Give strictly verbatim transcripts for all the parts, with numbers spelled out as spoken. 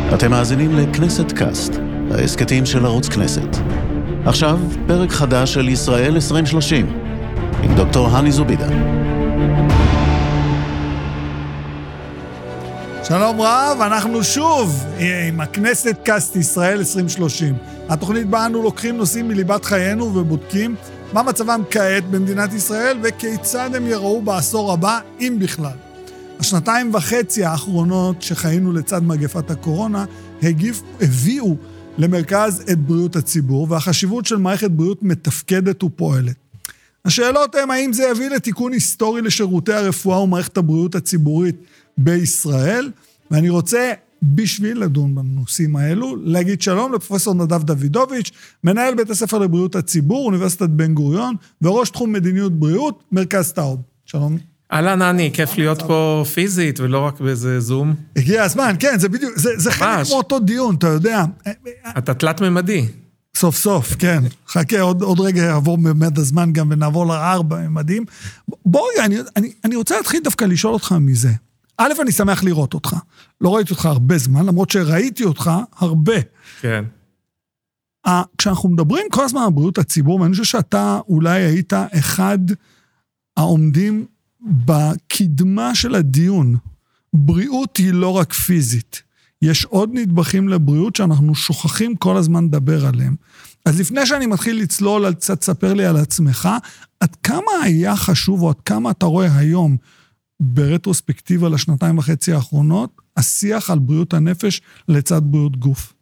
אתם מאזינים לכנסת קאסט, ההסכתים של ערוץ כנסת. עכשיו, פרק חדש של ישראל עשרים שלושים, עם דוקטור הני זובידה. שלום רב, אנחנו שוב עם הכנסת קאסט ישראל עשרים שלושים. התוכנית בה אנו לוקחים נושאים מליבת חיינו ובודקים מה מצבם כעת במדינת ישראל וכיצד הם יראו בעשור הבא, אם בכלל. השנתיים וחצי האחרונות שחיינו לצד מגפת הקורונה הגיף, הביאו למרכז את בריאות הציבור והחשיבות של מערכת בריאות מתפקדת ופועלת. השאלות הן האם זה יביא לתיקון היסטורי לשירותי הרפואה ומערכת הבריאות הציבורית בישראל, ואני רוצה בשביל לדון בנושאים האלו להגיד שלום לפרופסור נדב דוידוביץ', מנהל בית הספר לבריאות הציבור, אוניברסיטת בן גוריון, וראש תחום מדיניות בריאות, מרכז טאוב. שלום. אהלן, אני, כיף להיות פה פיזית ולא רק באיזה זום. הגיע הזמן, כן, זה בדיוק, זה, זה חלק כמו אותו דיון, אתה יודע. אתה תלת ממדי. סוף סוף, כן. חכה, עוד, עוד רגע יעבור במד הזמן גם ונעבור לארבע ממדים. בוא רגע, אני, אני, אני רוצה להתחיל דווקא לשאול אותך מזה. א', אני שמח לראות אותך. לא ראיתי אותך הרבה זמן, למרות שראיתי אותך הרבה. כן. כשאנחנו מדברים כל הזמן על בריאות הציבור, ואני חושב שאתה אולי היית אחד העומדים בקדמה של הדיון. בריאות היא לא רק פיזית. יש עוד נדבכים לבריאות שאנחנו שוכחים כל הזמן לדבר עליהם. אז לפני שאני מתחיל לצלול, על קצת ספר לי על עצמך, עד כמה היה חשוב, או עד כמה אתה רואה היום, ברטרוספקטיבה לשנתיים וחצי האחרונות, השיח על בריאות הנפש לצד בריאות גוף?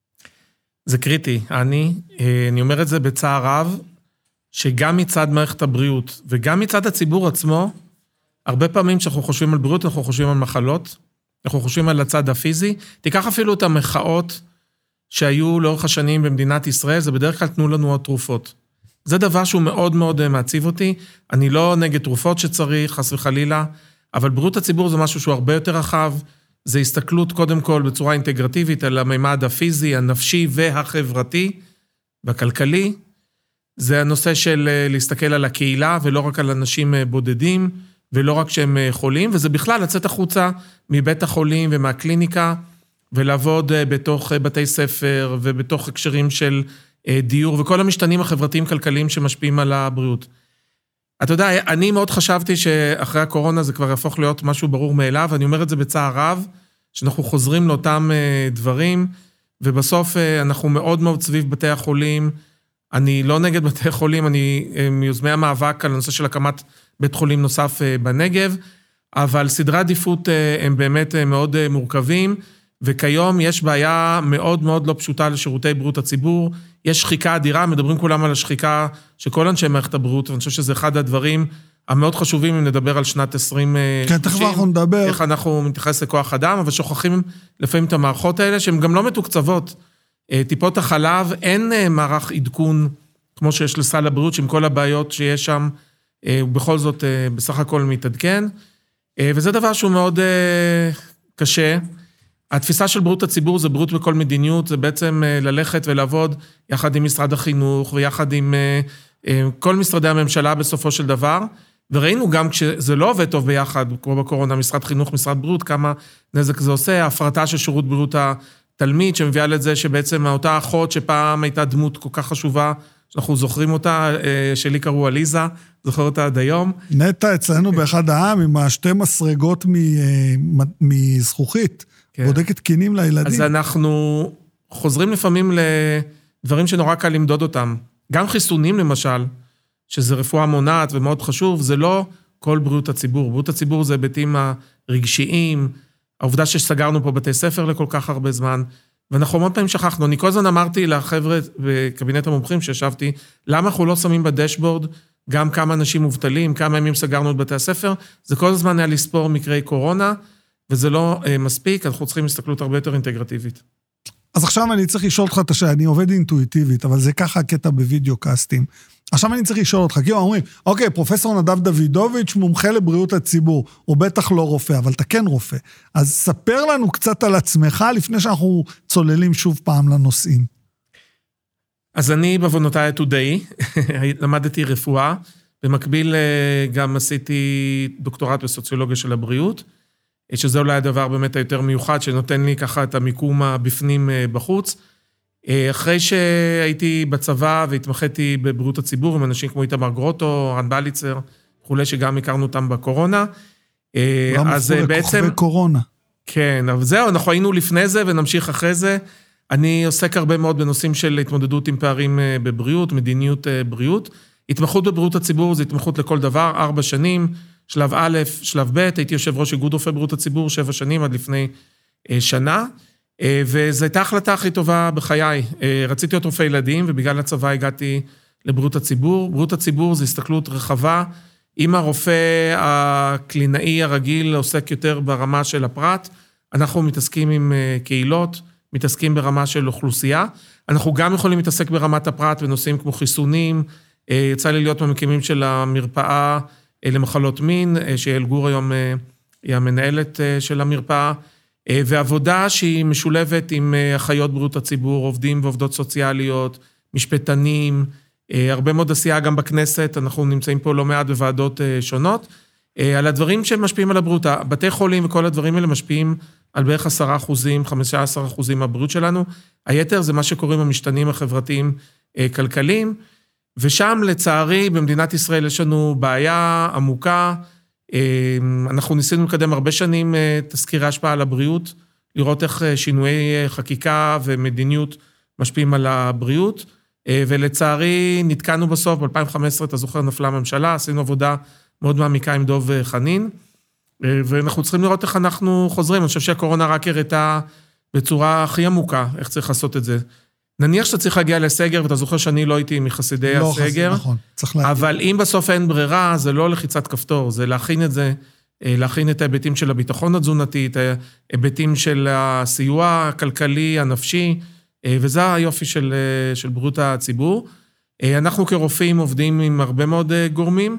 זה קריטי. אני, אני אומר את זה בצער רב, שגם מצד מערכת הבריאות, וגם מצד הציבור עצמו, הרבה פעמים שאנחנו חושבים על בריאות, אנחנו חושבים על מחלות, אנחנו חושבים על הצד הפיזי. תיקח אפילו את המחאות שהיו לאורך השנים במדינת ישראל, זה בדרך כלל תנו לנו עוד תרופות. זה דבר שהוא מאוד מאוד מעציב אותי. אני לא נגד תרופות שצריך, חס וחלילה, אבל בריאות הציבור זה משהו שהוא הרבה יותר רחב, זה הסתכלות קודם כל בצורה אינטגרטיבית על הממד הפיזי, הנפשי והחברתי והכלכלי. זה הנושא של להסתכל על הקהילה ולא רק על אנשים בודדים, ולא רק שהם חולים, וזה בכלל לצאת החוצה מבית החולים ומהקליניקה, ולעבוד בתוך בתי ספר ובתוך הקשרים של דיור, וכל המשתנים החברתיים-כלכליים שמשפיעים על הבריאות. אתה יודע, אני מאוד חשבתי שאחרי הקורונה זה כבר יהפוך להיות משהו ברור מאליו, ואני אומר את זה בצער רב, שאנחנו חוזרים לאותם דברים, ובסוף אנחנו מאוד מאוד סביב בתי החולים, אני לא נגד בתי חולים, אני מיוזמי המאבק על הנושא של הקמת בית חולים נוסף בנגב, אבל סדרי עדיפות הם באמת מאוד מורכבים, וכיום יש בעיה מאוד מאוד לא פשוטה לשירותי בריאות הציבור, יש שחיקה אדירה, מדברים כולם על השחיקה שכל אנשי מערכת הבריאות, ואני חושב שזה אחד הדברים המאוד חשובים אם נדבר על שנת עשרים שלושים. כן, תכף אנחנו נדבר. איך אנחנו מתייחס לכוח אדם, אבל שוכחים לפעמים את המערכות האלה, שהן גם לא מתוקצבות. טיפות החלב, אין מערך עדכון כמו שיש לסל הבריאות, שעם כל הבעיות שיש שם, ובכל זאת בסך הכל מתעדכן, וזה דבר שהוא מאוד קשה. התפיסה של בריאות הציבור זה בריאות בכל מדיניות, זה בעצם ללכת ולעבוד יחד עם משרד החינוך, ויחד עם כל משרדי הממשלה בסופו של דבר, וראינו גם כשזה לא עובד טוב ביחד, כמו בקורונה, משרד חינוך, משרד בריאות, כמה נזק זה עושה, ההפרטה של שירות בריאות התלמיד, שמביאה לזה שבעצם אותה אחות שפעם הייתה דמות כל כך חשובה, שאנחנו זוכרים אותה, שלי קראו עליזה, זוכר אותה עד היום. נטע אצלנו באחד העם, עם השתי מסרגות מזכוכית, בודקת קינים לילדים. אז אנחנו חוזרים לפעמים לדברים שנורא קל למדוד אותם. גם חיסונים למשל, שזה רפואה מונעת ומאוד חשוב, זה לא כל בריאות הציבור. בריאות הציבור זה היבטים הרגשיים, העובדה שסגרנו פה בתי ספר לכל כך הרבה זמן, ואנחנו מאוד פעמים שכחנו. אני כל הזמן אמרתי לחבר'ה בקבינט המומחים שישבתי, למה אנחנו לא שמים בדשבורד גם כמה אנשים מובטלים, כמה ימים סגרנו את בתי הספר, זה כל הזמן היה לספור מקרי קורונה, וזה לא מספיק, אנחנו צריכים הסתכלות הרבה יותר אינטגרטיבית. אז עכשיו אני צריך לשאול אותך את השאלה, אני עובד אינטואיטיבית, אבל זה ככה קטע בווידאו קאסטים. עכשיו אני צריך לשאול אותך, כי אומרים, אוקיי, פרופסור נדב דוידוביץ' מומחה לבריאות הציבור, הוא בטח לא רופא, אבל אתה כן רופא. אז ספר לנו קצת על עצמך, לפני שאנחנו צוללים שוב פעם לנושאים. אז אני בעוונותיי עתודאי, למדתי רפואה, במקביל גם עשיתי דוקטורט בסוציולוגיה של הבריאות, שזה אולי הדבר באמת היותר מיוחד, שנותן לי ככה את המיקום הבפנים בחוץ. אחרי שהייתי בצבא והתמחיתי בבריאות הציבור, עם אנשים כמו איתמר גרוטו, רן בליצר, וכולי, שגם הכרנו אותם בקורונה. אז בעצם... כוכבי קורונה. כן, אבל זהו, אנחנו היינו לפני זה ונמשיך אחרי זה. אני עוסק הרבה מאוד בנושאים של התמודדות עם פערים בבריאות, מדיניות בריאות. התמחות בבריאות הציבור זה התמחות לכל דבר, ארבע שנים, שלב א', שלב ב', הייתי יושב ראש איגוד רופאי בריאות הציבור, שבע שנים עד לפני שנה, וזו הייתה ההחלטה הכי טובה בחיי. רציתי להיות רופא ילדים, ובגלל הצבא הגעתי לבריאות הציבור. בריאות הציבור זה הסתכלות רחבה, אם הרופא הקלינאי הרגיל עוסק יותר ברמה של הפרט, אנחנו מתעסקים עם קהילות, מתעסקים ברמה של אוכלוסייה, אנחנו גם יכולים להתעסק ברמת הפרט בנושאים כמו חיסונים, יצא לי להיות במקימים של המרפאה למחלות מין, שיעל גור היום היא המנהלת של המרפאה, ועבודה שהיא משולבת עם אחיות בריאות הציבור, עובדים ועובדות סוציאליות, משפטנים, הרבה מאוד עשייה גם בכנסת, אנחנו נמצאים פה לא מעט בוועדות שונות, על הדברים שמשפיעים על הבריאות, בתי חולים וכל הדברים האלה משפיעים על בערך עשרה אחוזים, חמישה עשר אחוזים מהבריאות שלנו, היתר זה מה שקוראים המשתנים החברתיים כלכליים, ושם לצערי במדינת ישראל יש לנו בעיה עמוקה, אנחנו ניסינו לקדם הרבה שנים תזכירי השפעה על הבריאות, לראות איך שינויי חקיקה ומדיניות משפיעים על הבריאות, ולצערי נתקענו בסוף, ב-אלפיים וחמש עשרה, אתה זוכר, נפלה הממשלה, עשינו עבודה מאוד מעמיקה עם דוב חנין, ואנחנו צריכים לראות איך אנחנו חוזרים, אני חושב שהקורונה רק הראתה בצורה הכי עמוקה, איך צריך לעשות את זה. נניח שאתה צריך להגיע לסגר, ואתה זוכר שאני לא הייתי מחסידי לא הסגר, חסיד, נכון, צריך להגיע. אבל אם בסוף אין ברירה, זה לא לחיצת כפתור, זה להכין את זה, להכין את ההיבטים של הביטחון התזונתי, את ההיבטים של הסיוע הכלכלי, הנפשי, וזה היופי של, של בריאות הציבור. אנחנו כרופאים עובדים עם הרבה מאוד גורמים,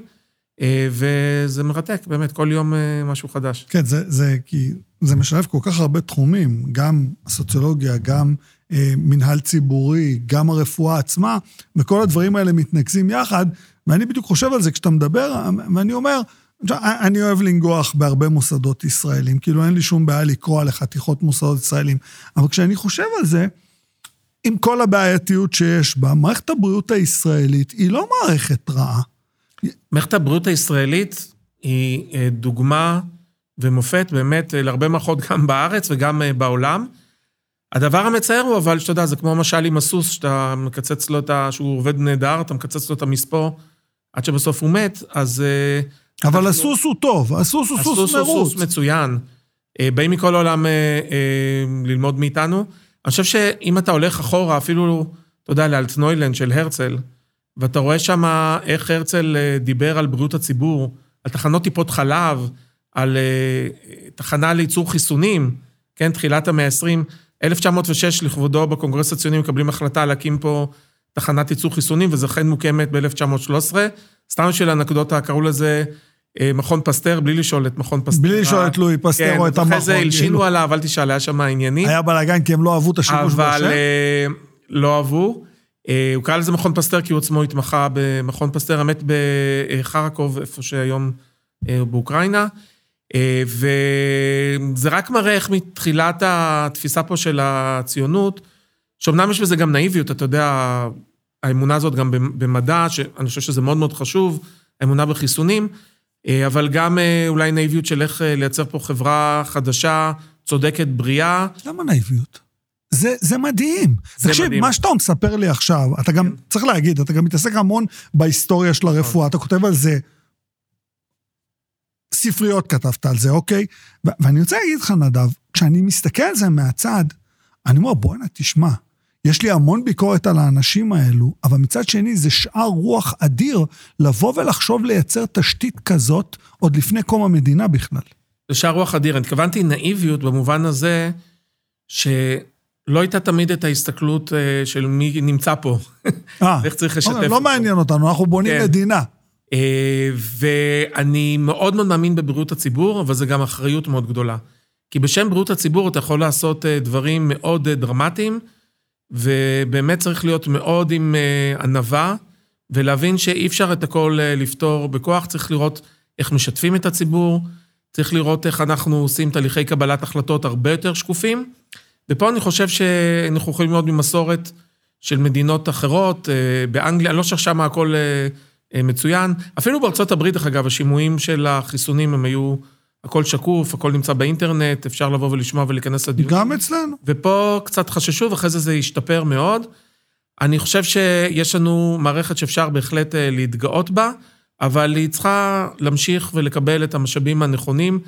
וזה מרתק, באמת, כל יום משהו חדש. כן, זה, זה, כי זה משלב כל כך הרבה תחומים, גם הסוציולוגיה, גם אה, מנהל ציבורי, גם הרפואה עצמה, וכל הדברים האלה מתנקזים יחד, ואני בדיוק חושב על זה כשאתה מדבר, ואני אומר, אני אוהב לנגוח בהרבה מוסדות ישראלים, כאילו אין לי שום בעיה לקרוא על חתיכות מוסדות ישראלים, אבל כשאני חושב על זה, עם כל הבעייתיות שיש בה, מערכת הבריאות הישראלית היא לא מערכת רעה. מערכת הבריאות הישראלית היא דוגמה ומופת באמת להרבה מערכות גם בארץ וגם בעולם. הדבר המצער הוא אבל שאתה יודע, זה כמו משל עם הסוס, שאתה מקצץ לו את ה... שהוא עובד נהדר, אתה מקצץ לו את המספור עד שבסוף הוא מת, אז... אבל אנחנו... הסוס הוא טוב, הסוס הוא סוס מרוץ. הסוס הוא סוס מצוין. באים מכל העולם ללמוד מאיתנו. אני חושב שאם אתה הולך אחורה, אפילו, אתה יודע, לאלטנוילנד של הרצל, ואתה רואה שם איך הרצל דיבר על בריאות הציבור, על תחנות טיפות חלב, על תחנה לייצור חיסונים, כן, תחילת המאה ה-עשרים, אלף תשע מאות ושש לכבודו בקונגרס הציוני מקבלים החלטה להקים פה תחנת ייצור חיסונים, וזה כן מוקמת ב-אלף תשע מאות ושלוש עשרה, סתם של אנקדוטה, קראו לזה מכון פסטר, בלי לשאול את מכון פסטר. בלי לשאול את לואי פסטר או את המכון. אחרי זה הלשינו עליו, אל תשאל, היה שם הענייני. היה בלגן כי הם לא אהבו את השימוש בשם. אבל לא אהבו. הוא קרא לזה מכון פסטר, כי הוא עצמו התמחה במכון פסטר, האמת בחרקוב, איפה שהיום באוקראינה, וזה רק מראה איך מתחילת התפיסה פה של הציונות, שאומנם יש בזה גם נאיביות, אתה יודע, האמונה הזאת גם במדע, שאני חושב שזה מאוד מאוד חשוב, האמונה בחיסונים, אבל גם אולי נאיביות של איך לייצר פה חברה חדשה, צודקת, בריאה. למה נאיביות? זה, זה מדהים. זה תקשיב, מדהים. מה שאתה מספר לי עכשיו, אתה גם, צריך להגיד, אתה גם מתעסק המון בהיסטוריה של הרפואה, אתה כותב על זה, ספריות כתבת על זה, אוקיי? ו- ואני רוצה להגיד לך, נדב, כשאני מסתכל על זה מהצד, אני אומר, בוא הנה, תשמע, יש לי המון ביקורת על האנשים האלו, אבל מצד שני זה שאר רוח אדיר, לבוא ולחשוב לייצר תשתית כזאת, עוד לפני קום המדינה בכלל. זה שאר רוח אדיר, אני התכוונתי נאיביות במובן הזה, שלא הייתה תמיד את ההסתכלות של מי נמצא פה. איך צריך לשתף אותו. לא מעניין אותנו, אנחנו בונים מדינה. ואני מאוד מאוד מאמין בבריאות הציבור, אבל זה גם אחריות מאוד גדולה. כי בשם בריאות הציבור אתה יכול לעשות דברים מאוד דרמטיים, ובאמת צריך להיות מאוד עם ענווה, ולהבין שאי אפשר את הכל לפתור בכוח, צריך לראות איך משתפים את הציבור, צריך לראות איך אנחנו עושים תהליכי קבלת החלטות הרבה יותר שקופים, ופה אני חושב שאנחנו יכולים ללמוד ממסורת של מדינות אחרות, באנגליה, אני לא חושב שמה הכל מצוין, אפילו בארצות הברית, אגב, השימועים של החיסונים הם היו הכל שקוף, הכל נמצא באינטרנט, אפשר לבוא ולשמוע ולהיכנס לדיון. גם אצלנו. ופה קצת חששו, ואחרי זה זה ישתפר מאוד. אני חושב שיש לנו מערכת שאפשר בהחלט להתגאות בה, אבל היא צריכה להמשיך ולקבל את המשאבים הנכונים.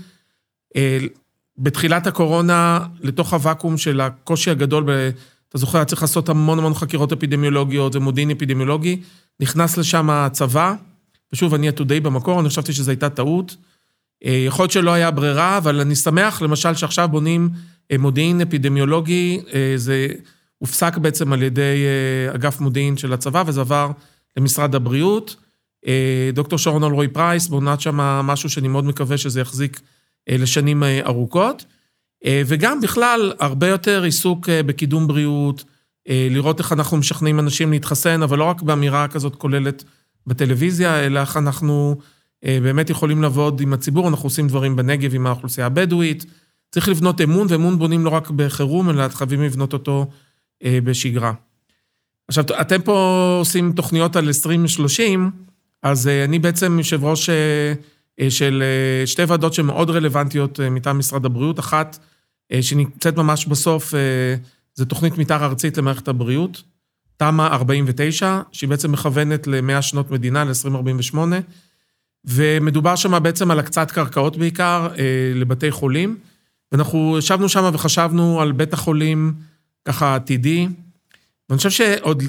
בתחילת הקורונה, לתוך הוואקום של הקושי הגדול, אתה זוכר, צריך לעשות המון המון חקירות אפידמיולוגיות ומודיעין אפידמיולוגי, נכנס לשם הצבא, ושוב, אני עתודי במקור, אני חשבתי שזו הייתה טעות, יכול להיות שלא היה ברירה, אבל אני שמח, למשל, שעכשיו בונים מודיעין אפידמיולוגי, זה הופסק בעצם על ידי אגף מודיעין של הצבא, וזה עבר למשרד הבריאות, דוקטור שרון אלרועי פרייס, בונת שם משהו שאני מאוד מקווה שזה יחזיק לשנים ארוכות, וגם בכלל הרבה יותר עיסוק בקידום בריאות, לראות איך אנחנו משכנעים אנשים להתחסן, אבל לא רק באמירה כזאת כוללת בטלוויזיה, אלא איך אנחנו באמת יכולים לעבוד עם הציבור, אנחנו עושים דברים בנגב עם האוכלוסייה הבדואית, צריך לבנות אמון, ואמון בונים לא רק בחירום, אלא חייבים לבנות אותו בשגרה. עכשיו, אתם פה עושים תוכניות על עשרים שלושים, אז אני בעצם יושב ראש של שתי ועדות שמאוד רלוונטיות מטעם משרד הבריאות, אחת שנמצאת ממש בסוף, זה תוכנית מתאר ארצית למערכת הבריאות, תמ"א ארבעים ותשע, שהיא בעצם מכוונת ל-מאה שנות מדינה, ל-עשרים ארבעים ושמונה, ומדובר שם בעצם על הקצת קרקעות בעיקר, לבתי חולים, ואנחנו ישבנו שם וחשבנו על בית החולים ככה עתידי, ואני חושב שעוד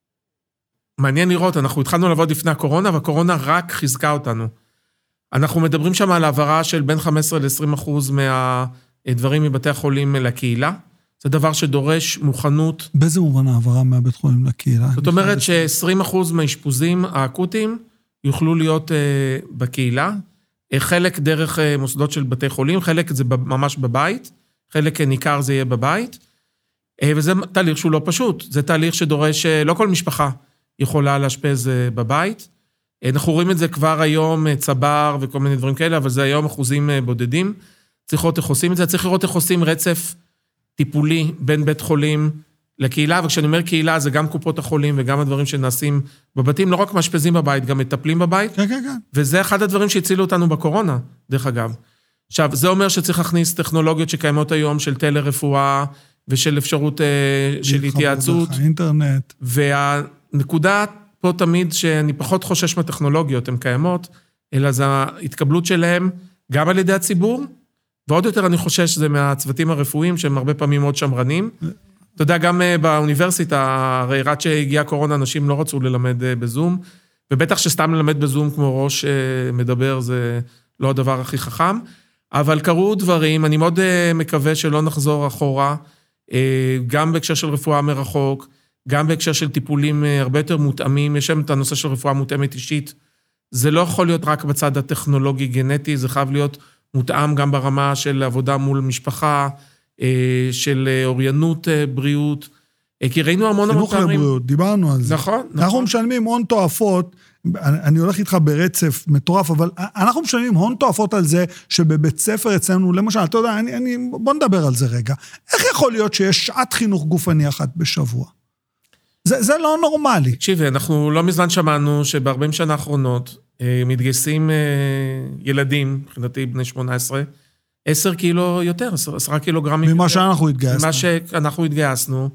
מעניין לראות, אנחנו התחלנו לעבוד לפני הקורונה, והקורונה רק חיזקה אותנו. אנחנו מדברים שם על העברה של בין חמש עשרה ל-עשרים אחוז מהדברים מבתי החולים לקהילה, זה דבר שדורש מוכנות. באיזה מובן העברה מהבית חולים לקהילה? זאת אומרת ש-עשרים אחוז מהאשפוזים האקוטיים יוכלו להיות בקהילה, חלק דרך מוסדות של בתי חולים, חלק זה ממש בבית, חלק ניכר זה יהיה בבית, וזה תהליך שהוא לא פשוט, זה תהליך שדורש, לא כל משפחה יכולה להשפז בבית, אנחנו רואים את זה כבר היום, צבר וכל מיני דברים כאלה, אבל זה היום אחוזים בודדים, צריך לראות איך עושים את זה, צריך לראות איך עושים רצף טיפולי בין בית חולים לקהילה, וכשאני אומר קהילה זה גם קופות החולים וגם הדברים שנעשים בבתים, לא רק משפזים בבית, גם מטפלים בבית, כן, כן, כן. וזה אחד הדברים שהצילו אותנו בקורונה, דרך אגב. עכשיו, זה אומר שצריך להכניס טכנולוגיות שקיימות היום של טלרפואה, ושל אפשרות של התייעצות. אינטרנט. והנקודה פה תמיד שאני פחות חושש מהטכנולוגיות, הן קיימות, אלא זה ההתקבלות שלהם גם על ידי הציבור, ועוד יותר אני חושש שזה מהצוותים הרפואיים, שהם הרבה פעמים מאוד שמרנים. אתה יודע, גם באוניברסיטה, הרי רק שהגיעה קורונה, אנשים לא רצו ללמד בזום, ובטח שסתם ללמד בזום כמו ראש מדבר, זה לא הדבר הכי חכם, אבל קרו דברים, אני מאוד מקווה שלא נחזור אחורה, גם בהקשר של רפואה מרחוק, גם בהקשר של טיפולים הרבה יותר מותאמים, יש שם את הנושא של רפואה מותאמת אישית, זה לא יכול להיות רק בצד הטכנולוגי-גנטי, זה חייב להיות מותאם גם ברמה של עבודה מול משפחה, של אוריינות בריאות, כי ראינו המון המון פעמים. חינוך לבריאות, דיברנו על זה. נכון, נכון. אנחנו משלמים הון תועפות, אני הולך איתך ברצף מטורף, אבל אנחנו משלמים הון תועפות על זה, שבבית ספר אצלנו, למשל, אתה יודע, אני, אני, בוא נדבר על זה רגע. איך יכול להיות שיש שעת חינוך גופני אחת בשבוע? זה, זה לא נורמלי. תקשיבי, אנחנו לא מזמן שמענו שב-ארבעים שנה האחרונות, מתגייסים ילדים, מבחינתי בני שמונה עשרה, עשר קילו יותר, עשרה קילוגרמים. ממה שאנחנו התגייסנו. ממה שאנחנו התגייסנו.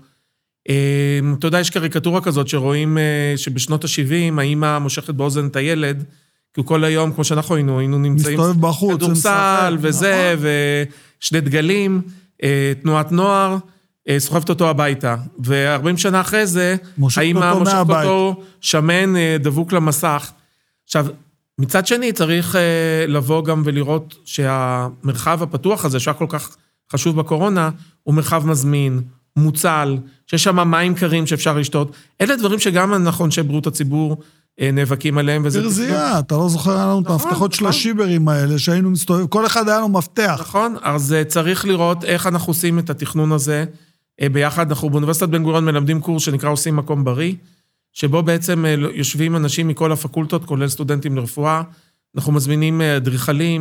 אתה יודע, יש קריקטורה כזאת שרואים שבשנות ה-שבעים, האמא מושכת באוזן את הילד, כי הוא כל היום, כמו שאנחנו היינו, היינו נמצאים... מסתובב בחוץ. כדורסל וזה, ושני דגלים, תנועת נוער, סוחבת אותו הביתה. ו-ארבעים שנה אחרי זה, האמא מושכת אותו שמן, דבוק למסך. עכשיו, מצד שני צריך לבוא גם ולראות שהמרחב הפתוח הזה, שהיה כל כך חשוב בקורונה, הוא מרחב מזמין, מוצל, שיש שם מים קרים שאפשר לשתות. אלה דברים שגם אנחנו אנשי בריאות הציבור נאבקים עליהם. תרזייה, אתה לא זוכר לנו את ההבטחות של השיברים האלה, שהיינו מסתובבים, כל אחד היה לנו מפתח. נכון, אז צריך לראות איך אנחנו עושים את התכנון הזה ביחד. אנחנו באוניברסיטת בן גוריון מלמדים קורס שנקרא עושים מקום בריא, שבו בעצם יושבים אנשים מכל הפקולטות, כולל סטודנטים לרפואה, אנחנו מזמינים אדריכלים,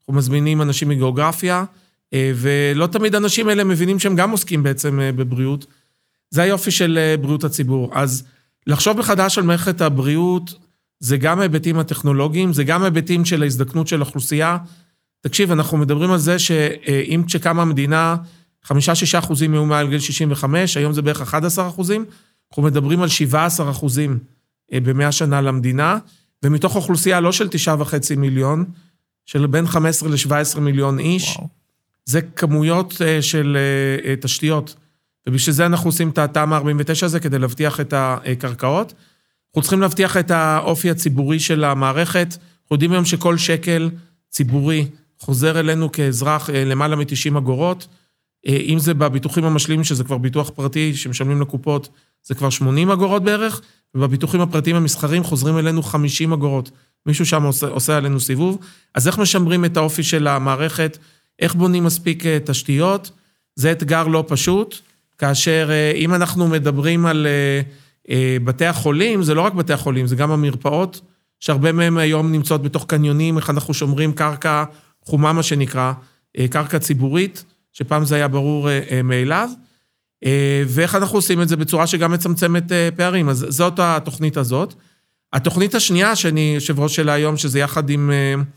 אנחנו מזמינים אנשים מגיאוגרפיה, ולא תמיד אנשים האלה מבינים שהם גם עוסקים בעצם בבריאות. זה היופי של בריאות הציבור. אז לחשוב מחדש על מערכת הבריאות, זה גם ההיבטים הטכנולוגיים, זה גם ההיבטים של ההזדקנות של האוכלוסייה. תקשיב, אנחנו מדברים על זה שאם כשקמה המדינה, חמישה שישה אחוזים היו מעל גיל שישים וחמש, היום זה בערך אחד עשר אחוזים, אנחנו מדברים על שבעה עשר אחוזים במאה שנה למדינה, ומתוך אוכלוסייה לא של תשעה וחצי מיליון, של בין חמש עשרה לשבע עשרה מיליון איש, וואו. זה כמויות של תשתיות, ובשביל זה אנחנו עושים את התמ"א ארבעים ותשע הזה, כדי להבטיח את הקרקעות. אנחנו צריכים להבטיח את האופי הציבורי של המערכת, אנחנו יודעים היום שכל שקל ציבורי חוזר אלינו כאזרח למעלה מ-תשעים אגורות, אם זה בביטוחים המשלימים, שזה כבר ביטוח פרטי שמשלמים לקופות, זה כבר שמונים אגורות בערך, ובביטוחים הפרטיים המסחרים חוזרים אלינו חמישים אגורות. מישהו שם עושה, עושה עלינו סיבוב. אז איך משמרים את האופי של המערכת? איך בונים מספיק תשתיות? זה אתגר לא פשוט, כאשר אם אנחנו מדברים על בתי החולים, זה לא רק בתי החולים, זה גם המרפאות, שהרבה מהם היום נמצאות בתוך קניונים, איך אנחנו שומרים קרקע חומה, מה שנקרא, קרקע ציבורית, שפעם זה היה ברור מאליו, ואיך אנחנו עושים את זה בצורה שגם מצמצמת פערים. אז זאת התוכנית הזאת. התוכנית השנייה, שאני יושב ראש שלה היום, שזה יחד עם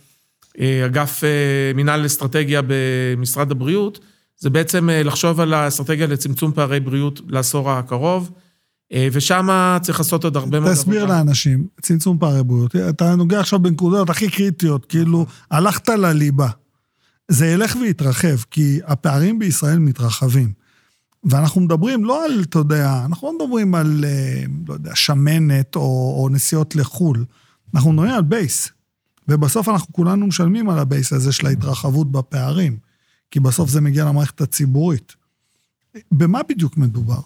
אגף מנהל אסטרטגיה במשרד הבריאות, זה בעצם לחשוב על האסטרטגיה לצמצום פערי בריאות לעשור הקרוב, ושם צריך לעשות עוד הרבה מאוד עבודה. תסביר לאנשים, צמצום פערי בריאות. אתה נוגע עכשיו בנקודות הכי קריטיות, כאילו הלכת לליבה. זה ילך ויתרחב, כי הפערים בישראל מתרחבים. ואנחנו מדברים לא על, אתה יודע, אנחנו לא מדברים על, לא יודע, שמנת או, או נסיעות לחול. אנחנו מדברים על בייס. ובסוף אנחנו כולנו משלמים על הבייס הזה של ההתרחבות בפערים. כי בסוף זה מגיע למערכת הציבורית. במה בדיוק מדובר?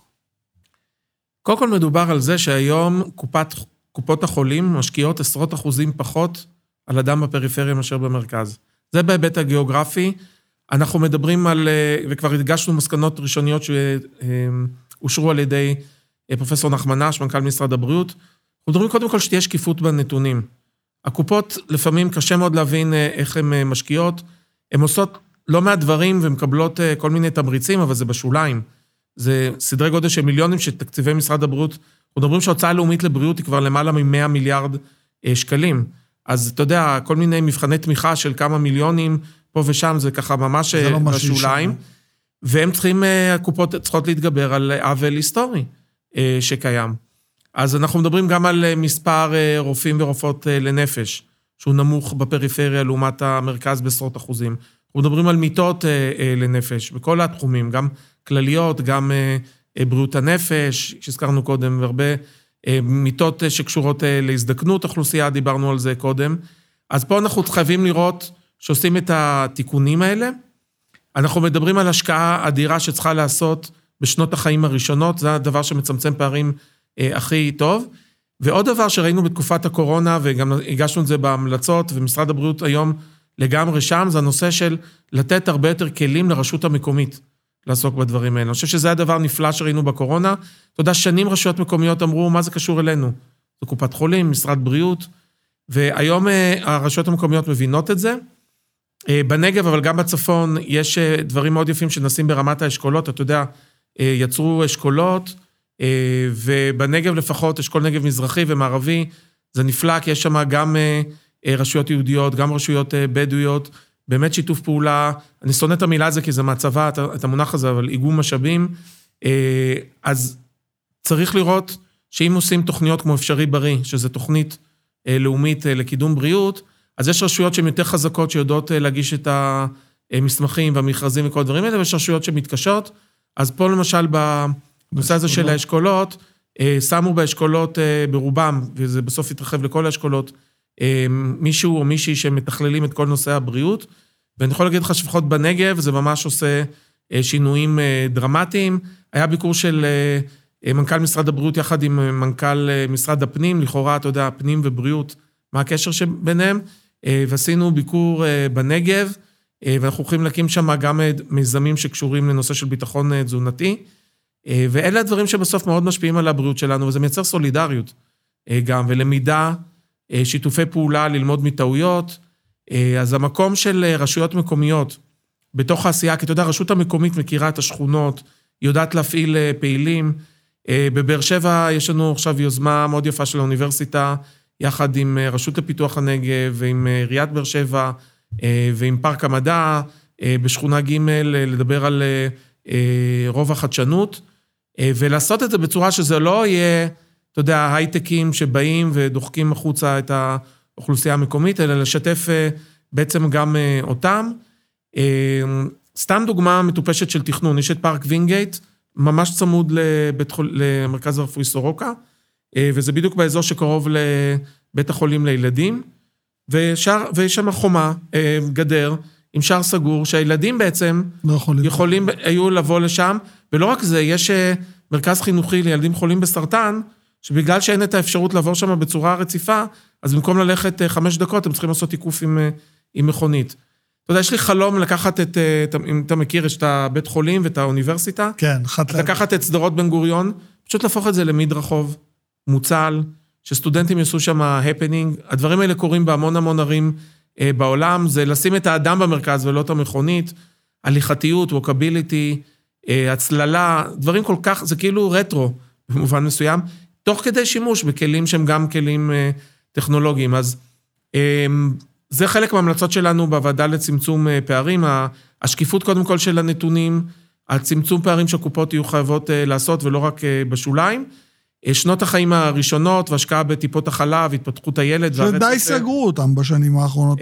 קודם כל מדובר על זה שהיום קופת, קופות החולים משקיעות עשרות אחוזים פחות על אדם בפריפריה מאשר במרכז. זה בהיבט הגיאוגרפי. אנחנו מדברים על, וכבר הדגשנו מסקנות ראשוניות שאושרו על ידי פרופסור נחמנש, מנכ"ל משרד הבריאות. אנחנו מדברים קודם כל שתהיה שקיפות בנתונים. הקופות לפעמים קשה מאוד להבין איך הן משקיעות. הן עושות לא מעט דברים ומקבלות כל מיני תמריצים, אבל זה בשוליים. זה סדרי גודל של מיליונים שתקציבי משרד הבריאות, אנחנו מדברים שההוצאה הלאומית לבריאות היא כבר למעלה מ-מאה מיליארד שקלים. אז אתה יודע, כל מיני מבחני תמיכה של כמה מיליונים, פה ושם זה ככה ממש לא בשוליים, והם צריכים, הקופות צריכות להתגבר על עוול היסטורי שקיים. אז אנחנו מדברים גם על מספר רופאים ורופאות לנפש, שהוא נמוך בפריפריה לעומת המרכז בעשרות אחוזים. אנחנו מדברים על מיטות לנפש, בכל התחומים, גם כלליות, גם בריאות הנפש, שהזכרנו קודם, והרבה מיטות שקשורות להזדקנות אוכלוסייה, דיברנו על זה קודם. אז פה אנחנו חייבים לראות שעושים את התיקונים האלה. אנחנו מדברים על השקעה אדירה שצריכה לעשות בשנות החיים הראשונות, זה הדבר שמצמצם פערים הכי טוב. ועוד דבר שראינו בתקופת הקורונה, וגם הגשנו את זה בהמלצות, ומשרד הבריאות היום לגמרי שם, זה הנושא של לתת הרבה יותר כלים לרשות המקומית לעסוק בדברים האלה. אני חושב שזה הדבר נפלא שראינו בקורונה. אתה יודע, שנים רשויות מקומיות אמרו, מה זה קשור אלינו? זה קופת חולים, משרד בריאות, והיום הרשויות המקומיות מבינות את זה. בנגב, אבל גם בצפון, יש דברים מאוד יפים שנשים ברמת האשכולות. אתה יודע, יצרו אשכולות, ובנגב לפחות, אשכול נגב מזרחי ומערבי, זה נפלא, כי יש שם גם רשויות יהודיות, גם רשויות בדואיות, באמת שיתוף פעולה, אני שונא את המילה הזה, כי זה מהצבא, את המונח הזה, אבל איגום משאבים, אז צריך לראות שאם עושים תוכניות כמו אפשרי בריא, שזה תוכנית לאומית לקידום בריאות, אז יש רשויות שהן יותר חזקות, שיודעות להגיש את המסמכים והמכרזים וכל הדברים האלה, ויש רשויות שמתקשות, אז פה למשל בנושא הזה של האשכולות, שמו באשכולות ברובם, וזה בסוף יתרחב לכל האשכולות, מישהו או מישהי שמתכללים את כל נושא הבריאות, ואני יכול להגיד לך שפחות בנגב, זה ממש עושה שינויים דרמטיים. היה ביקור של מנכ"ל משרד הבריאות יחד עם מנכ"ל משרד הפנים, לכאורה, אתה יודע, פנים ובריאות, מה הקשר שביניהם, ועשינו ביקור בנגב, ואנחנו הולכים להקים שם גם מיזמים שקשורים לנושא של ביטחון תזונתי, ואלה הדברים שבסוף מאוד משפיעים על הבריאות שלנו, וזה מייצר סולידריות גם, ולמידה, שיתופי פעולה, ללמוד מטעויות, אז המקום של רשויות מקומיות, בתוך העשייה, כי אתה יודע, הרשות המקומית מכירה את השכונות, יודעת להפעיל פעילים, בבאר שבע יש לנו עכשיו יוזמה מאוד יפה של האוניברסיטה, יחד עם רשות לפיתוח הנגב, ועם עיריית באר שבע, ועם פארק המדע, בשכונה ג' לדבר על רוב החדשנות, ולעשות את זה בצורה שזה לא יהיה, אתה יודע, הייטקים שבאים ודוחקים החוצה את האוכלוסייה המקומית, אלא לשתף בעצם גם אותם. סתם דוגמה מטופשת של תכנון, יש את פארק וינגייט, ממש צמוד לבית חול, למרכז הרפואי סורוקה, וזה בדיוק באזור שקרוב לבית החולים לילדים, ושאר, ויש שם חומה, גדר, עם שער סגור, שהילדים בעצם לא יכולים. יכולים היו לבוא לשם, ולא רק זה, יש מרכז חינוכי לילדים חולים בסרטן, שבגלל שאין את האפשרות לעבור שם בצורה רציפה, אז במקום ללכת חמש דקות, הם צריכים לעשות עיקוף עם, עם מכונית. אתה יודע, יש לי חלום לקחת את, אם אתה מכיר, יש את הבית חולים ואת האוניברסיטה. כן, חד לקחת את סדרות בן גוריון, פשוט להפוך את זה למדרחוב, מוצל, שסטודנטים יעשו שם הפנינג. הדברים האלה קורים בהמון המון ערים אה, בעולם, זה לשים את האדם במרכז ולא את המכונית, הליכתיות, ווקביליטי, אה, הצללה, דברים כל כך, זה כאילו רטרו, במובן מסוים, תוך כדי שימוש בכלים שהם גם כלים אה, טכנולוגיים. אז אה, זה חלק מהמלצות שלנו בוועדה לצמצום פערים, השקיפות קודם כל של הנתונים, הצמצום פערים שהקופות יהיו חייבות לעשות ולא רק בשוליים, שנות החיים הראשונות והשקעה בטיפות החלב, התפתחות הילד. שדי סגרו אותם בשנים האחרונות.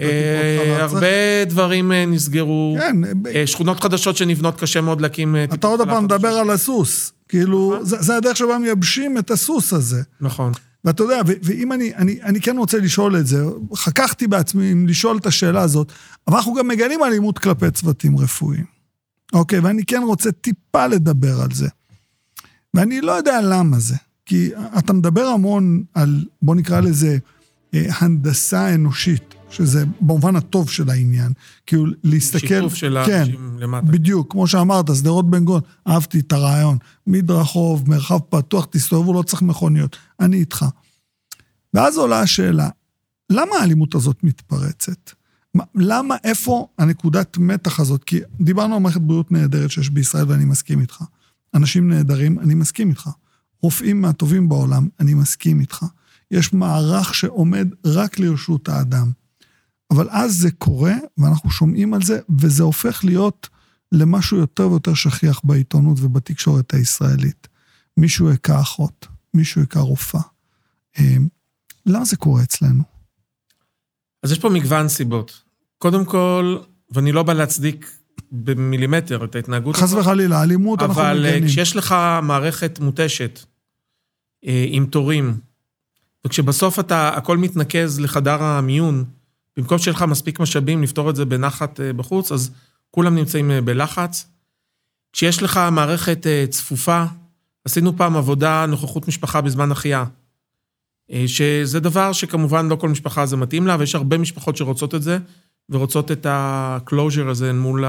הרבה דברים נסגרו, שכונות חדשות שנבנות קשה מאוד להקים טיפות חלב. אתה עוד הפעם מדבר על הסוס, כאילו זה הדרך שבה מייבשים את הסוס הזה. נכון. ואתה יודע, ואם אני, אני, אני כן רוצה לשאול את זה, חככתי בעצמי עם לשאול את השאלה הזאת, אבל אנחנו גם מגנים אלימות כלפי צוותים רפואיים. אוקיי, ואני כן רוצה טיפה לדבר על זה. ואני לא יודע למה זה, כי אתה מדבר המון על, בוא נקרא לזה, הנדסה אנושית, שזה במובן הטוב של העניין, כאילו להסתכל... שיתוף של כן, האנשים למטה. בדיוק, כמו שאמרת, סדרות בן גוריון, אהבתי את הרעיון, מדרחוב, מרחב פתוח, תסתובבו, לא צריך מכוניות, אני איתך. ואז עולה השאלה, למה האלימות הזאת מתפרצת? למה, איפה הנקודת מתח הזאת? כי דיברנו על מערכת בריאות נהדרת שיש בישראל, ואני מסכים איתך. אנשים נהדרים, אני מסכים איתך. רופאים מהטובים בעולם, אני מסכים איתך. יש מערך שעומד רק לרשות האדם. אבל אז זה קורה, ואנחנו שומעים על זה, וזה הופך להיות למשהו יותר ויותר שכיח בעיתונות ובתקשורת הישראלית. מישהו יקע אחות, מישהו יקע רופאה. למה זה קורה אצלנו? אז יש פה מגוון סיבות. קודם כל, ואני לא בא להצדיק במילימטר את ההתנהגות. חס וחלילה, האלימות אנחנו מגנים. אבל כשיש לך מערכת מוטשת, עם תורים, וכשבסוף אתה, הכל מתנקז לחדר המיון, במקום שלך מספיק משאבים לפתור את זה בנחת בחוץ, אז כולם נמצאים בלחץ. כשיש לך מערכת צפופה, עשינו פעם עבודה נוכחות משפחה בזמן החיה, שזה דבר שכמובן לא כל משפחה זה מתאים לה, ויש הרבה משפחות שרוצות את זה, ורוצות את ה-closure הזה מול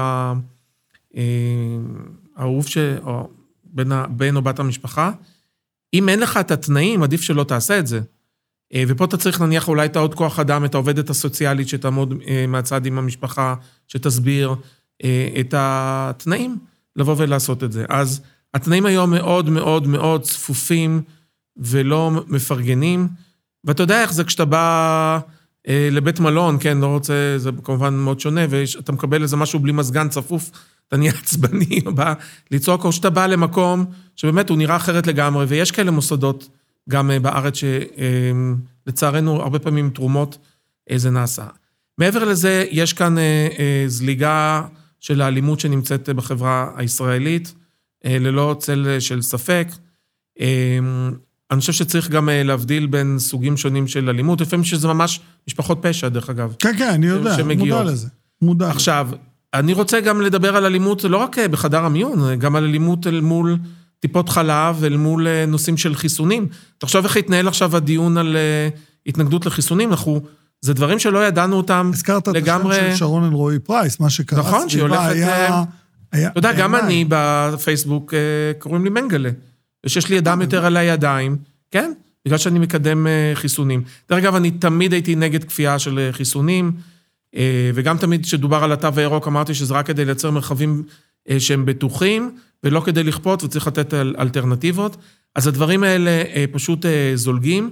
האהוב בין או בת המשפחה. אם אין לך את התנאים, עדיף שלא תעשה את זה. ופה אתה צריך נניח אולי את העוד כוח אדם, את העובדת הסוציאלית שתעמוד מהצד עם המשפחה, שתסביר את התנאים, לבוא ולעשות את זה. אז התנאים היום מאוד מאוד מאוד צפופים, ולא מפרגנים, ואתה יודע איך זה כשאתה בא לבית מלון, כן, לא רוצה, זה כמובן מאוד שונה, ואתה מקבל איזה משהו בלי מזגן צפוף, אתה נהיה עצבני, בא לצעוק, או שאתה בא למקום שבאמת הוא נראה אחרת לגמרי, ויש כאלה מוסדות גם בארץ שלצערנו הרבה פעמים תרומות זה נעשה. מעבר לזה, יש כאן זליגה של האלימות שנמצאת בחברה הישראלית, ללא צל של ספק. אני חושב שצריך גם להבדיל בין סוגים שונים של אלימות, לפעמים שזה ממש משפחות פשע, דרך אגב. כן, כן, אני יודע, מודע לזה. מודע. עכשיו, אני רוצה גם לדבר על אלימות, לא רק בחדר המיון, גם על אלימות אל מול טיפות חלב, אל מול נושאים של חיסונים. תחשוב איך התנהל עכשיו הדיון על התנגדות לחיסונים, אנחנו, זה דברים שלא ידענו אותם לגמרי. הזכרת את השם של שרון אלרועי פרייס, מה שקרה. נכון, שהיא הולכת... היה... אתה יודע, גם אני בפייסבוק קוראים לי מנגלה, ושיש לי ידם יותר על הידיים, כן? בגלל שאני מקדם חיסונים. דרך אגב, אני תמיד הייתי נגד כפייה של חיסונים, וגם תמיד כשדובר על התו הירוק, אמרתי שזה רק כדי לייצר מרחבים שהם בטוחים, ולא כדי לכפות, וצריך לתת אלטרנטיבות. אז הדברים האלה פשוט זולגים,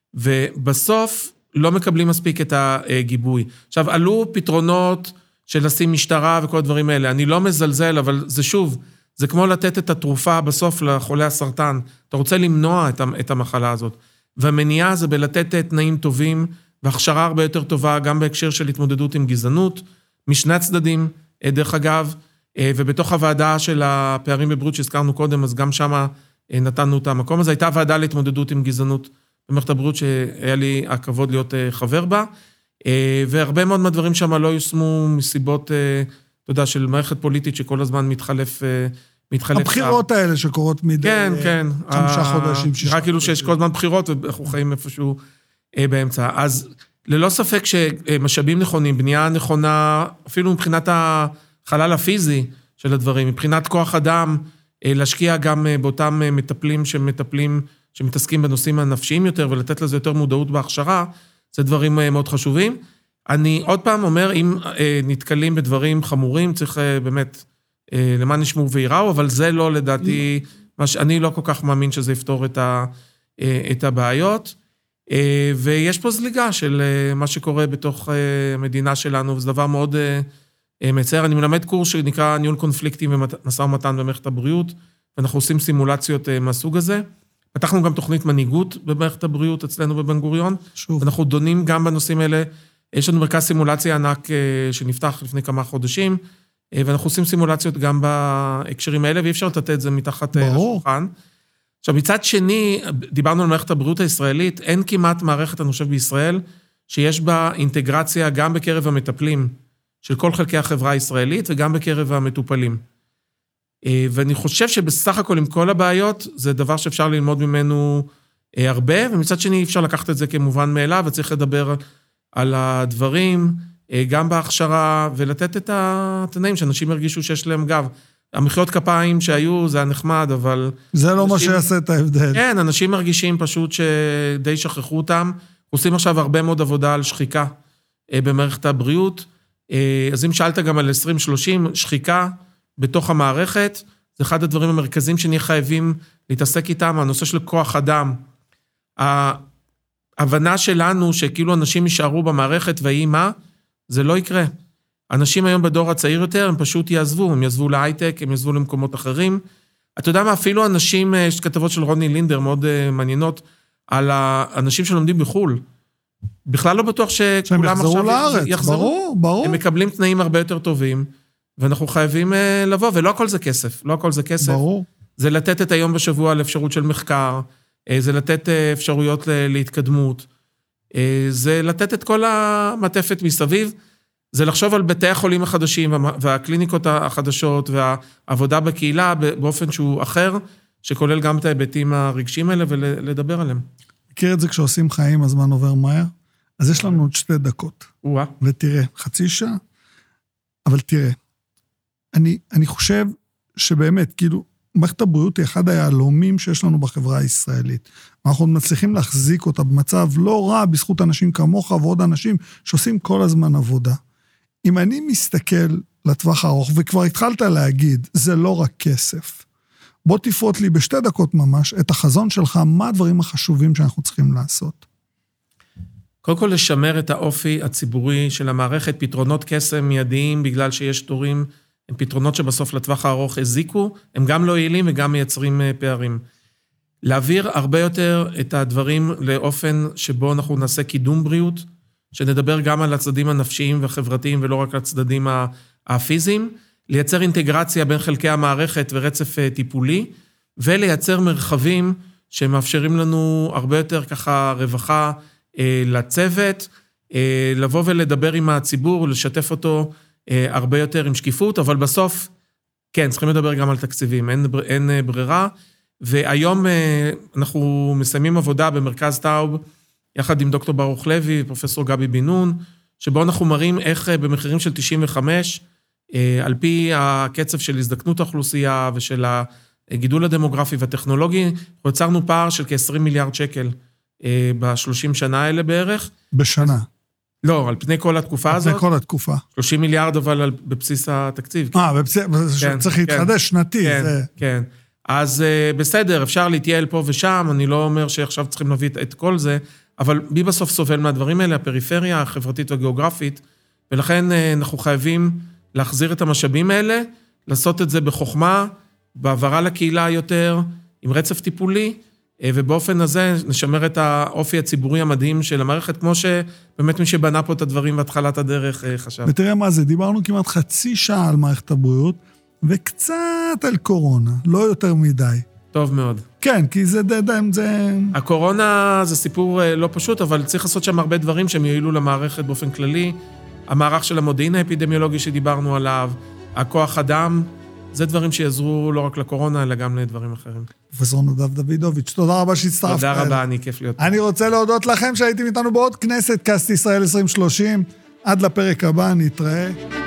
ובסוף לא מקבלים מספיק את הגיבוי. עכשיו, עלו פתרונות של לשים משטרה וכל הדברים האלה. אני לא מזלזל, אבל זה שוב, זה כמו לתת את התרופה בסוף לחולי הסרטן. אתה רוצה למנוע את המחלה הזאת. והמניעה זה בלתת תנאים טובים, והכשרה הרבה יותר טובה, גם בהקשר של התמודדות עם גזענות, משני הצדדים, דרך אגב, ובתוך הוועדה של הפערים בבריאות שהזכרנו קודם, אז גם שם נתנו את המקום הזה. הייתה ועדה להתמודדות עם גזענות במערכת הבריאות, שהיה לי הכבוד להיות חבר בה, והרבה מאוד מהדברים שם לא יושמו מסיבות, אתה יודע, של מערכת פוליטית שכל הזמן מתחלף, מתחלף. הבחירות האלה שקורות מדי כן, כן. חמישה חודשים, שישה. רק כאילו שיש כל הזמן בחירות, ואנחנו חיים איפשהו באמצע. אז ללא ספק שמשאבים נכונים, בנייה נכונה, אפילו מבחינת החלל הפיזי של הדברים, מבחינת כוח אדם, להשקיע גם באותם מטפלים שמטפלים, שמתעסקים בנושאים הנפשיים יותר, ולתת לזה יותר מודעות בהכשרה, זה דברים מאוד חשובים. אני עוד פעם אומר, אם נתקלים בדברים חמורים, צריך באמת, למען נשמור ויראו, אבל זה לא לדעתי, אני לא כל כך מאמין שזה יפתור את הבעיות, ויש פה זליגה של מה שקורה בתוך המדינה שלנו, וזה דבר מאוד מצער. אני מלמד קורס שנקרא ניהול קונפליקטים ומשא ומתן במערכת הבריאות, ואנחנו עושים סימולציות מהסוג הזה. פתחנו גם תוכנית מנהיגות במערכת הבריאות אצלנו בבן גוריון, שוב. אנחנו דונים גם בנושאים האלה. יש לנו מרכז סימולציה ענק שנפתח לפני כמה חודשים, ואנחנו עושים סימולציות גם בהקשרים האלה, ואי אפשר לתת את זה מתחת לשולחן. עכשיו, מצד שני, דיברנו על מערכת הבריאות הישראלית, אין כמעט מערכת, אני חושב, בישראל, שיש בה אינטגרציה גם בקרב המטפלים של כל חלקי החברה הישראלית, וגם בקרב המטופלים. ואני חושב שבסך הכל עם כל הבעיות, זה דבר שאפשר ללמוד ממנו הרבה, ומצד שני אי אפשר לקחת את זה כמובן מאליו, וצריך לדבר על הדברים, גם בהכשרה, ולתת את התנאים שאנשים ירגישו שיש להם גב. המחיאות כפיים שהיו, זה הנחמד, אבל... זה לא אנשים, מה שיעשה את ההבדל. כן, אנשים מרגישים פשוט שדי שכחו אותם, עושים עכשיו הרבה מאוד עבודה על שחיקה במערכת הבריאות, אז אם שאלת גם על עשרים שלושים, שחיקה בתוך המערכת, זה אחד הדברים המרכזיים שנהיה חייבים להתעסק איתם, הנושא של כוח אדם. ההבנה שלנו שכאילו אנשים יישארו במערכת והיא מה, זה לא יקרה. אנשים היום בדור הצעיר יותר, הם פשוט יעזבו, הם יעזבו להייטק, הם יעזבו למקומות אחרים. אתה יודע מה, אפילו אנשים, יש כתבות של רוני לינדר מאוד מעניינות, על האנשים שלומדים בחול. בכלל לא בטוח שכולם עכשיו לארץ, יחזרו. ברור, ברור. הם מקבלים תנאים הרבה יותר טובים, ואנחנו חייבים לבוא, ולא הכל זה כסף, לא הכל זה כסף. ברור. זה לתת את היום בשבוע לאפשרות של מחקר, זה לתת אפשרויות להתקדמות, זה לתת את כל המעטפת מסביב, זה לחשוב על בתי החולים החדשים, והקליניקות החדשות, והעבודה בקהילה באופן שהוא אחר, שכולל גם את ההיבטים הרגשיים האלה, ולדבר עליהם. מכיר את זה כשעושים חיים, הזמן עובר מהר? אז יש לנו עוד שתי דקות. וואה. ותראה, חצי שעה, אבל תראה, אני, אני חושב שבאמת, כאילו, מערכת הבריאות היא אחד היהלומים שיש לנו בחברה הישראלית. אנחנו מצליחים להחזיק אותה במצב לא רע, בזכות אנשים כמוך ועוד אנשים שעושים כל הזמן עבודה. אם אני מסתכל לטווח הארוך, וכבר התחלת להגיד, זה לא רק כסף. בוא תפרוט לי בשתי דקות ממש את החזון שלך, מה הדברים החשובים שאנחנו צריכים לעשות. קודם כל, לשמר את האופי הציבורי של המערכת, פתרונות קסם מיידיים, בגלל שיש תורים, הם פתרונות שבסוף לטווח הארוך הזיקו, הם גם לא יעילים וגם מייצרים פערים. להעביר הרבה יותר את הדברים לאופן שבו אנחנו נעשה קידום בריאות, שנדבר גם על הצדדים הנפשיים והחברתיים, ולא רק על הצדדים הפיזיים, לייצר אינטגרציה בין חלקי המערכת ורצף טיפולי, ולייצר מרחבים שמאפשרים לנו הרבה יותר ככה רווחה לצוות, לבוא ולדבר עם הציבור, לשתף אותו הרבה יותר עם שקיפות, אבל בסוף, כן, צריכים לדבר גם על תקציבים, אין, אין ברירה, והיום אנחנו מסיימים עבודה במרכז טאוב, יחד עם דוקטור ברוך לוי, פרופסור גבי בן נון, שבו אנחנו מראים איך במחירים של תשעים וחמש, על פי הקצב של הזדקנות האוכלוסייה ושל הגידול הדמוגרפי והטכנולוגי, אנחנו יצרנו פער של כ-עשרים מיליארד שקל ב-שלושים שנה האלה בערך. בשנה. לא, על פני כל התקופה הזאת. על פני כל התקופה. שלושים מיליארד, אבל על, בבסיס התקציב. אה, בבסיס, כן, צריך כן, להתחדש שנתי. כן, זה... כן. אז uh, בסדר, אפשר להתייעל פה ושם, אני לא אומר שעכשיו צריכים להביא את כל זה, אבל מי בסוף סובל מהדברים האלה, הפריפריה החברתית והגיאוגרפית, ולכן uh, אנחנו חייבים להחזיר את המשאבים האלה, לעשות את זה בחוכמה, בעברה לקהילה יותר, עם רצף טיפולי, ובאופן הזה נשמר את האופי הציבורי המדהים של המערכת, כמו שבאמת מי שבנה פה את הדברים והתחלת הדרך חשב. ותראה מה זה, דיברנו כמעט חצי שעה על מערכת הבריאות, וקצת על קורונה, לא יותר מדי. טוב מאוד. כן, כי זה דדם, זה... הקורונה זה סיפור לא פשוט, אבל צריך לעשות שם הרבה דברים שהם יועילו למערכת באופן כללי. המערך של המודיעין האפידמיולוגי שדיברנו עליו, הכוח אדם, זה דברים שיעזרו לא רק לקורונה, אלא גם לדברים אחרים. פרופסור נדב דוידוביץ', תודה רבה שהצטרפת. תודה רבה, אני כיף להיות. אני רוצה להודות לכם שהייתם איתנו בעוד כנסת קאסט ישראל עשרים שלושים. עד לפרק הבא, נתראה.